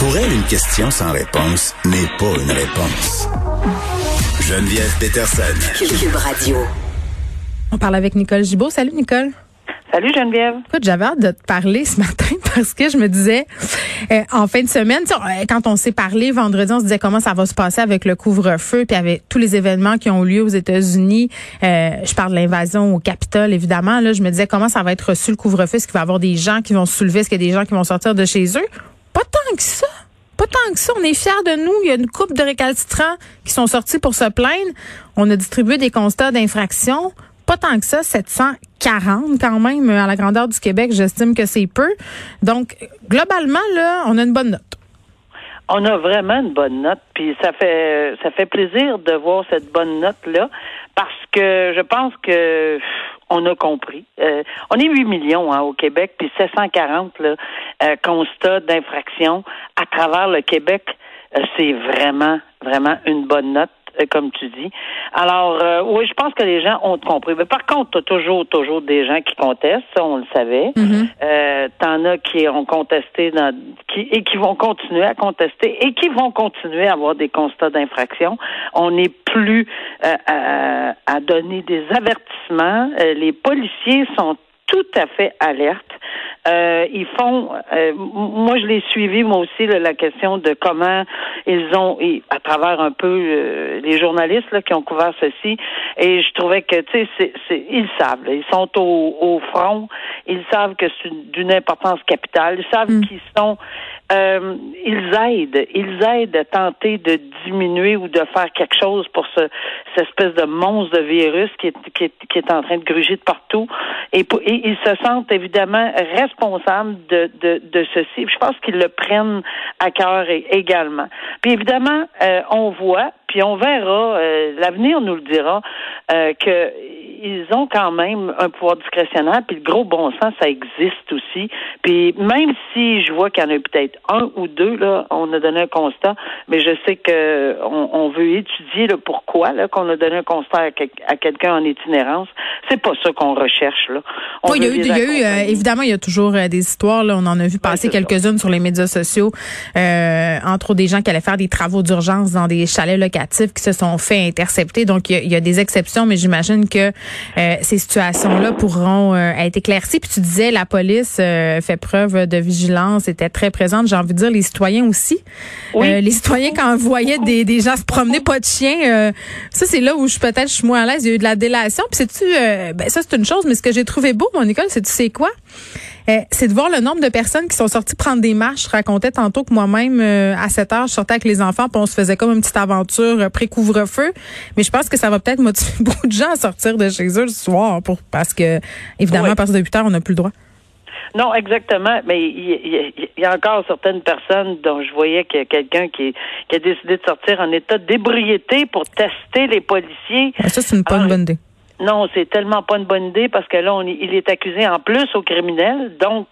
Pour elle, une question sans réponse n'est pas une réponse. Geneviève Peterson. Cube Radio. On parle avec Nicole Gibault. Salut, Nicole. Salut Geneviève. Écoute, j'avais hâte de te parler ce matin parce que je me disais, en fin de semaine, quand on s'est parlé vendredi, on se disait comment ça va se passer avec le couvre-feu puis avec tous les événements qui ont lieu aux États-Unis. Je parle de l'invasion au Capitole, évidemment. Là, je me disais comment ça va être reçu le couvre-feu. Est-ce qu'il va y avoir des gens qui vont se soulever? Est-ce qu'il y a des gens qui vont sortir de chez eux? Pas tant que ça. Pas tant que ça. On est fiers de nous. Il y a une couple de récalcitrants qui sont sortis pour se plaindre. On a distribué des constats d'infraction. Pas tant que ça, 740 quand même à la grandeur du Québec. J'estime que c'est peu. Donc, globalement, là, on a une bonne note. On a vraiment une bonne note, puis ça fait plaisir de voir cette bonne note-là, parce que je pense que on a compris. On est 8 millions au Québec, puis 740 constats d'infraction à travers le Québec. C'est vraiment, vraiment une bonne note, comme tu dis. Alors, oui, je pense que les gens ont compris. Mais par contre, tu as toujours des gens qui contestent, ça, on le savait. Mm-hmm. T'en as qui ont contesté et qui vont continuer à contester et qui vont continuer à avoir des constats d'infraction. On n'est plus à donner des avertissements. Les policiers sont tout à fait alertes. Ils font, moi je l'ai suivi moi aussi la question de comment ils ont, à travers un peu les journalistes là qui ont couvert ceci, et je trouvais que tu sais ils savent, là, ils sont au front, ils savent que c'est d'une importance capitale, ils savent qu'ils sont, ils aident à tenter de diminuer ou de faire quelque chose pour cette espèce de monstre de virus qui est en train de gruger de partout, et ils se sentent évidemment responsables de ceci. Je pense qu'ils le prennent à cœur également. Puis évidemment, on voit, puis on verra, l'avenir nous le dira, que ils ont quand même un pouvoir discrétionnaire, puis le gros bon sens, ça existe aussi. Puis même si je vois qu'il y en a peut-être un ou deux, là, on a donné un constat, mais je sais que on veut étudier le pourquoi là, qu'on a donné un constat à quelqu'un en itinérance. C'est pas ça qu'on recherche, là. Oui, il y a eu évidemment, il y a toujours des histoires, là. On en a vu passer quelques-unes sur les médias sociaux, entre autres des gens qui allaient faire des travaux d'urgence dans des chalets locatifs qui se sont fait intercepter. Donc, il y a des exceptions, mais j'imagine que ces situations-là pourront être éclaircies. Puis tu disais, la police fait preuve de vigilance, était très présente. J'ai envie de dire, les citoyens aussi. Oui. Les citoyens, quand on voyait des gens se promener, pas de chiens, ça, c'est là où je suis moins à l'aise. Il y a eu de la délation. Puis sais-tu, ça, c'est une chose, mais ce que j'ai trouvé beau, mon Nicole, c'est tu sais quoi? C'est de voir le nombre de personnes qui sont sorties prendre des marches. Je racontais tantôt que moi-même, à 7 heures, je sortais avec les enfants, puis on se faisait comme une petite aventure pré-couvre-feu. Mais je pense que ça va peut-être motiver beaucoup de gens à sortir de chez eux le soir, parce que, évidemment, à partir de 8 heures, on n'a plus le droit. Non, exactement. Mais il y a encore certaines personnes dont je voyais qu'il y a quelqu'un qui a décidé de sortir en état d'ébriété pour tester les policiers. Ça, c'est pas une bonne idée. Non, c'est tellement pas une bonne idée parce que là, il est accusé en plus au criminel. Donc,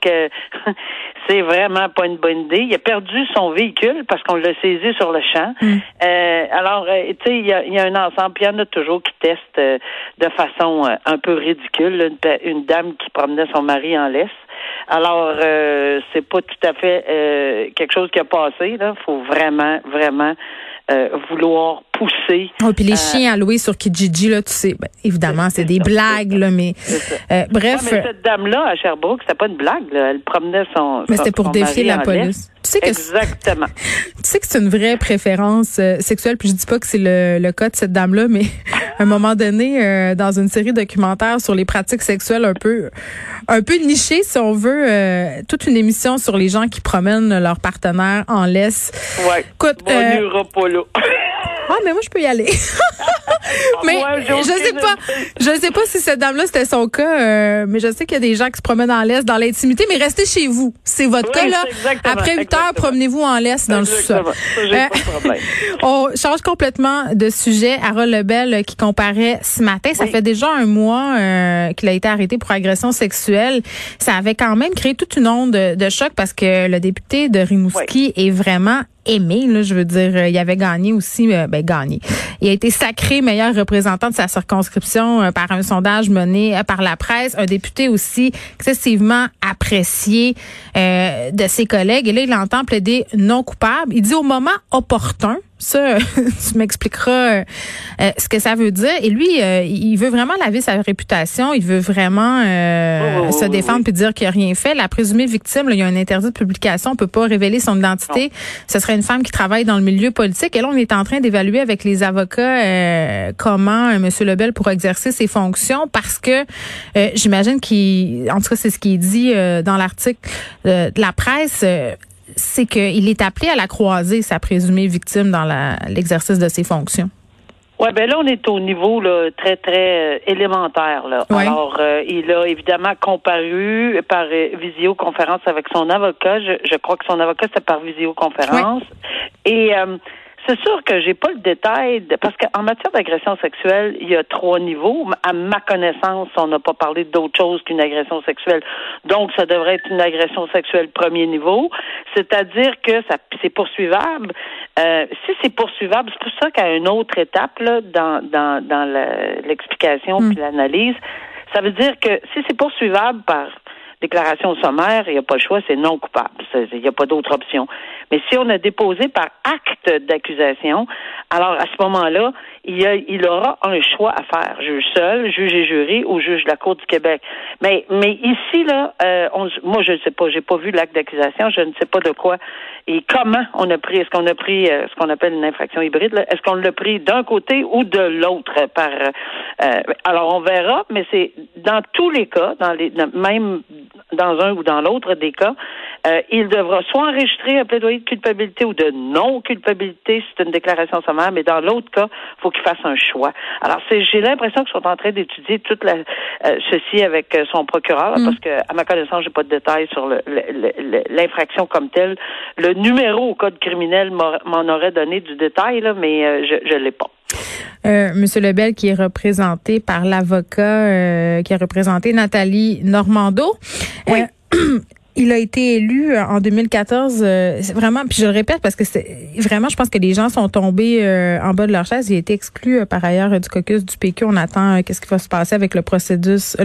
c'est vraiment pas une bonne idée. Il a perdu son véhicule parce qu'on l'a saisi sur le champ. Alors, tu sais, il y a un ensemble. Puis il y en a toujours qui testent de façon un peu ridicule. Une dame qui promenait son mari en laisse. Alors, c'est pas tout à fait quelque chose qui a passé. Là, faut vraiment, vraiment vouloir pousser. Oh, puis les chiens à louer sur Kijiji, là, tu sais, évidemment, c'est des blagues, là, mais bref. Ouais, mais cette dame-là, à Sherbrooke, c'était pas une blague, là. Elle promenait son. Mais c'était pour défier la police. Tu sais que exactement. Tu sais que c'est une vraie préférence sexuelle, puis je dis pas que c'est le cas de cette dame-là, mais à un moment donné, dans une série documentaire sur les pratiques sexuelles un peu nichées, si on veut, toute une émission sur les gens qui promènent leur partenaire en laisse. Ouais. Écoute, on n'ira pas là. Ah, mais moi, je peux y aller. Mais je sais pas si cette dame-là, c'était son cas, mais je sais qu'il y a des gens qui se promènent en laisse dans l'intimité, mais restez chez vous. C'est votre cas, là. Après 8 heures, promenez-vous en laisse dans le sous-sol. J'ai pas de problème. On change complètement de sujet. Harold Lebel qui comparait ce matin. Ça fait déjà un mois qu'il a été arrêté pour agression sexuelle. Ça avait quand même créé toute une onde de choc parce que le député de Rimouski est vraiment aimé, là, je veux dire, il avait gagné aussi, gagné. Il a été sacré meilleur représentant de sa circonscription par un sondage mené par la presse, un député aussi excessivement apprécié de ses collègues. Et là, il entend plaider non coupable. Il dit au moment opportun. Ça, tu m'expliqueras ce que ça veut dire. Et lui, il veut vraiment laver sa réputation. Il veut vraiment se défendre puis dire qu'il n'a rien fait. La présumée victime, là, il y a un interdit de publication. On peut pas révéler son identité. Non. Ce serait une femme qui travaille dans le milieu politique. Et là, on est en train d'évaluer avec les avocats comment M. Lebel pourra exercer ses fonctions parce que j'imagine en tout cas, c'est ce qui est dit dans l'article de la presse, c'est qu'il est appelé à la croiser, sa présumée victime, dans l'exercice de ses fonctions. Oui, ben là, on est au niveau là, très, très élémentaire. Là. Ouais. Alors, il a évidemment comparu par visioconférence avec son avocat. Je crois que son avocat, c'était par visioconférence. Ouais. Et c'est sûr que j'ai pas le détail, parce qu'en matière d'agression sexuelle, il y a 3 niveaux. À ma connaissance, on n'a pas parlé d'autre chose qu'une agression sexuelle. Donc, ça devrait être une agression sexuelle premier niveau. C'est-à-dire que c'est poursuivable. Si c'est poursuivable, c'est pour ça qu'à une autre étape, là, dans l'explication puis l'analyse, ça veut dire que si c'est poursuivable par déclaration sommaire, il n'y a pas le choix, c'est non coupable. Il n'y a pas d'autre option. Mais si on a déposé par acte d'accusation, alors à ce moment-là, il aura un choix à faire. Juge seul, juge et jury ou juge de la Cour du Québec. Mais ici, là, moi, je ne sais pas, j'ai pas vu l'acte d'accusation, je ne sais pas de quoi et comment on a pris, est-ce qu'on a pris ce qu'on appelle une infraction hybride, là? Est-ce qu'on l'a pris d'un côté ou de l'autre alors on verra, mais c'est dans tous les cas, même dans un ou dans l'autre des cas, il devra soit enregistrer un plaidoyer de culpabilité ou de non-culpabilité si c'est une déclaration sommaire, mais dans l'autre cas, il faut qu'il fasse un choix. Alors, j'ai l'impression qu'ils sont en train d'étudier toute ceci avec son procureur, parce que, à ma connaissance, j'ai pas de détails sur l'infraction comme telle. Le numéro au code criminel m'en aurait donné du détail, là, mais je l'ai pas. Monsieur Lebel, qui est représenté par l'avocat qui a représenté Nathalie Normando. Oui. Il a été élu en 2014, vraiment, puis je le répète parce que c'est vraiment, je pense que les gens sont tombés en bas de leur chaise. Il a été exclu par ailleurs du caucus du PQ. On attend qu'est-ce qui va se passer avec le processus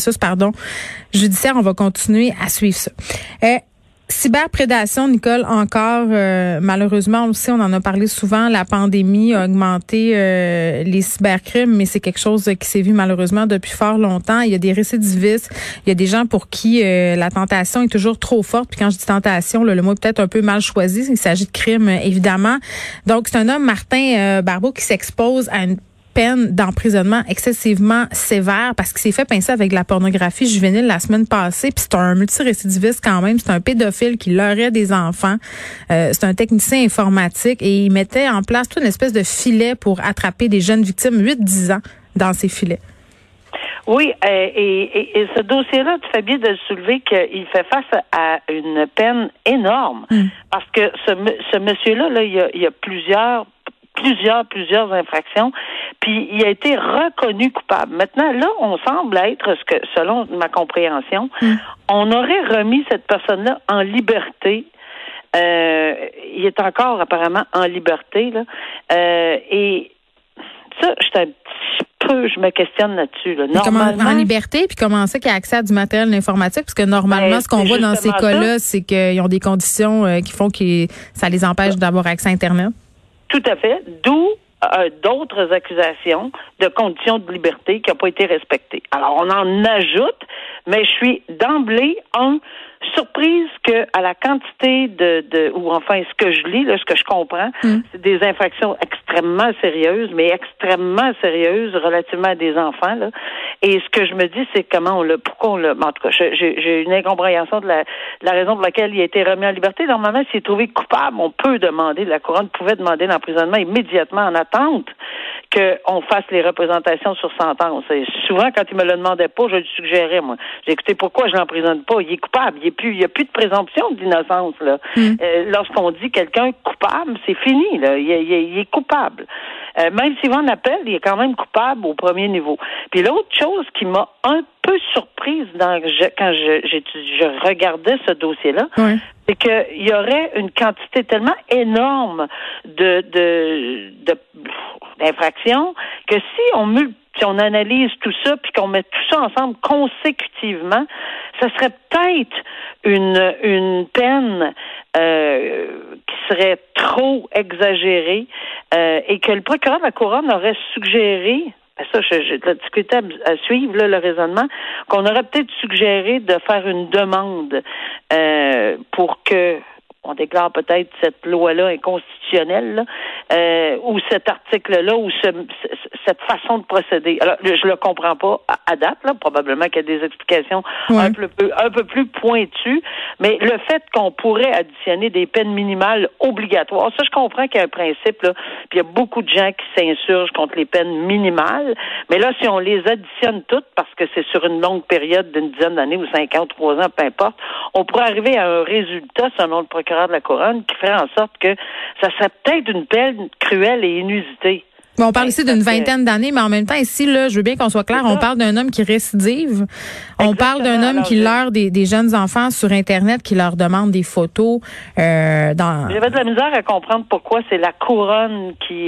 judiciaire. On va continuer à suivre ça. Cyberprédation, Nicole, encore, malheureusement, on le sait, on en a parlé souvent, la pandémie a augmenté les cybercrimes, mais c'est quelque chose qui s'est vu malheureusement depuis fort longtemps. Il y a des récidivistes, il y a des gens pour qui la tentation est toujours trop forte. Puis quand je dis tentation, le mot est peut-être un peu mal choisi, il s'agit de crimes, évidemment. Donc, c'est un homme, Martin Barbeau, qui s'expose à une peine d'emprisonnement excessivement sévère parce qu'il s'est fait pincer avec de la pornographie juvénile la semaine passée. Puis c'est un multirécidiviste quand même. C'est un pédophile qui leurrait des enfants. C'est un technicien informatique et il mettait en place toute une espèce de filet pour attraper des jeunes victimes, 8-10 ans, dans ces filets. Oui, et ce dossier-là, tu fais bien de le soulever qu'il fait face à une peine énorme. Parce que ce monsieur-là, là, il y a plusieurs infractions, puis il a été reconnu coupable. Maintenant, là, on semble être, selon ma compréhension, on aurait remis cette personne-là en liberté. Il est encore apparemment en liberté, là. Et ça, je me questionne là-dessus. Là. Normalement, en liberté, puis comment ça qu'il a accès à du matériel informatique? Parce que normalement, ce qu'on voit dans ces cas-là, c'est qu'ils ont des conditions qui font que ça les empêche d'avoir accès à Internet. Tout à fait. D'où d'autres accusations de conditions de liberté qui n'ont pas été respectées. Alors, on en ajoute, mais je suis d'emblée surprise que à la quantité ou enfin ce que je lis, là, ce que je comprends, c'est des infractions extrêmement sérieuses, mais extrêmement sérieuses relativement à des enfants, là. Et ce que je me dis, c'est pourquoi on l'a, en tout cas, j'ai une incompréhension de la raison pour laquelle il a été remis en liberté. Normalement, s'il est trouvé coupable, on peut demander, la couronne pouvait demander l'emprisonnement immédiatement en attente qu'on fasse les représentations sur sentence. Et souvent, quand il me le demandait pas, je lui suggérais, moi. J'ai écouté, pourquoi je l'emprisonne pas? Il est coupable. Il n'y a plus de présomption d'innocence, là. Lorsqu'on dit quelqu'un coupable, c'est fini, là. Il est coupable. Même s'il va en appel, il est quand même coupable au premier niveau. Puis l'autre chose qui m'a un peu surprise quand je regardais ce dossier-là, oui, c'est qu'il y aurait une quantité tellement énorme d'infractions que si on analyse tout ça puis qu'on met tout ça ensemble consécutivement, ça serait peut-être une peine qui serait trop exagérée et que le procureur de la Couronne aurait suggéré, ça, j'ai discuté à suivre là, le raisonnement, qu'on aurait peut-être suggéré de faire une demande pour que on déclare peut-être cette loi-là inconstitutionnelle, là, ou cet article-là, ou cette façon de procéder. Alors, je le comprends pas à date, là, probablement qu'il y a des explications un peu plus pointues, mais le fait qu'on pourrait additionner des peines minimales obligatoires, ça, je comprends qu'il y a un principe, là, puis il y a beaucoup de gens qui s'insurgent contre les peines minimales, mais là, si on les additionne toutes, parce que c'est sur une longue période d'une dizaine d'années ou 53 ans, peu importe, on pourrait arriver à un résultat, selon le procureur de la Couronne, qui ferait en sorte que ça serait peut-être une peine cruelle et inusitée. Bon, on parle ici d'une vingtaine d'années, mais en même temps, ici, là, je veux bien qu'on soit clair, on parle d'un homme qui récidive. On parle d'un homme qui leurre des jeunes enfants sur Internet, qui leur demande des photos. J'avais de la misère à comprendre pourquoi c'est la Couronne qui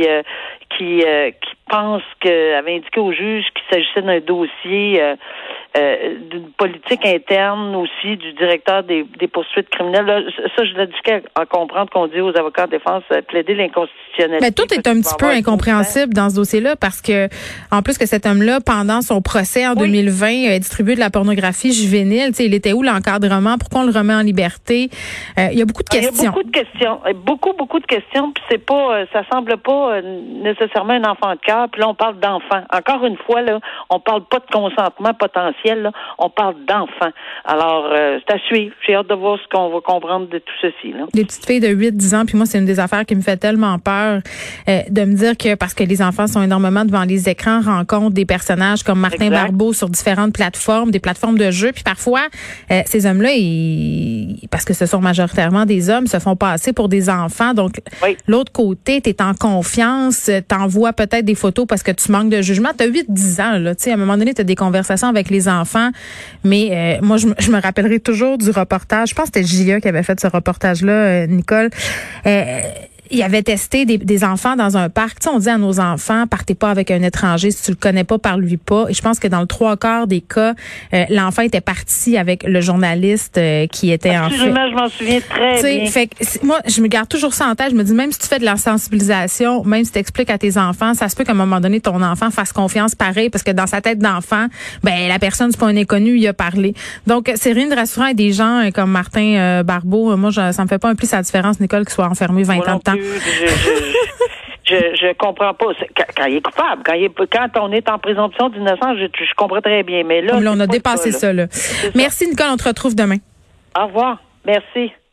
pense avait indiqué au juge qu'il s'agissait d'un dossier d'une politique interne aussi du directeur des poursuites criminelles. Là, ça, je l'ai dit à comprendre qu'on dit aux avocats de défense plaider l'inconstitutionnalité. Mais tout est un petit peu incompréhensible dans ce dossier-là parce que, en plus que cet homme-là, pendant son procès en 2020, a distribué de la pornographie juvénile. Il était où l'encadrement? Pourquoi on le remet en liberté? Il y a beaucoup de questions. Il y a beaucoup de questions. Beaucoup de questions. Puis c'est pas, ça semble pas nécessairement un enfant de cœur. Puis là, on parle d'enfants. Encore une fois, là, on parle pas de consentement potentiel. Là, on parle d'enfants. Alors, c'est à suivre. J'ai hâte de voir ce qu'on va comprendre de tout ceci. Là. Des petites filles de 8-10 ans, puis moi, c'est une des affaires qui me fait tellement peur de me dire que parce que les enfants sont énormément devant les écrans, rencontrent des personnages comme Martin Barbeau sur différentes plateformes, des plateformes de jeux, puis parfois, ces hommes-là, parce que ce sont majoritairement des hommes, se font passer pour des enfants. Donc, l'autre côté, tu es en confiance, t'envoies peut-être des photos parce que tu manques de jugement. Tu as 8-10 ans, là, tu sais, à un moment donné, tu as des conversations avec les enfants, mais moi, je me rappellerai toujours du reportage. Je pense que c'était J.A. qui avait fait ce reportage-là, Nicole. Il avait testé des enfants dans un parc. Tu sais, on dit à nos enfants, partez pas avec un étranger. Si tu le connais pas, parle-lui pas. Et je pense que dans le 3/4 des cas, l'enfant était parti avec le journaliste qui était en fait. Je m'en souviens très bien. Fait que, moi, je me garde toujours ça en tête. Je me dis, même si tu fais de la sensibilisation, même si tu expliques à tes enfants, ça se peut qu'à un moment donné, ton enfant fasse confiance pareil, parce que dans sa tête d'enfant, la personne, c'est pas un inconnu, il a parlé. Donc, c'est rien de rassurant. Et des gens comme Martin Barbeau, moi, ça me fait pas un plus la différence, Nicole, qu'il soit enfermé 20 ans de temps. Je comprends pas. Quand il est coupable, quand on est en présomption d'innocence, je comprends très bien. Mais là, on a dépassé ça, là. Merci, Nicole. On te retrouve demain. Au revoir. Merci.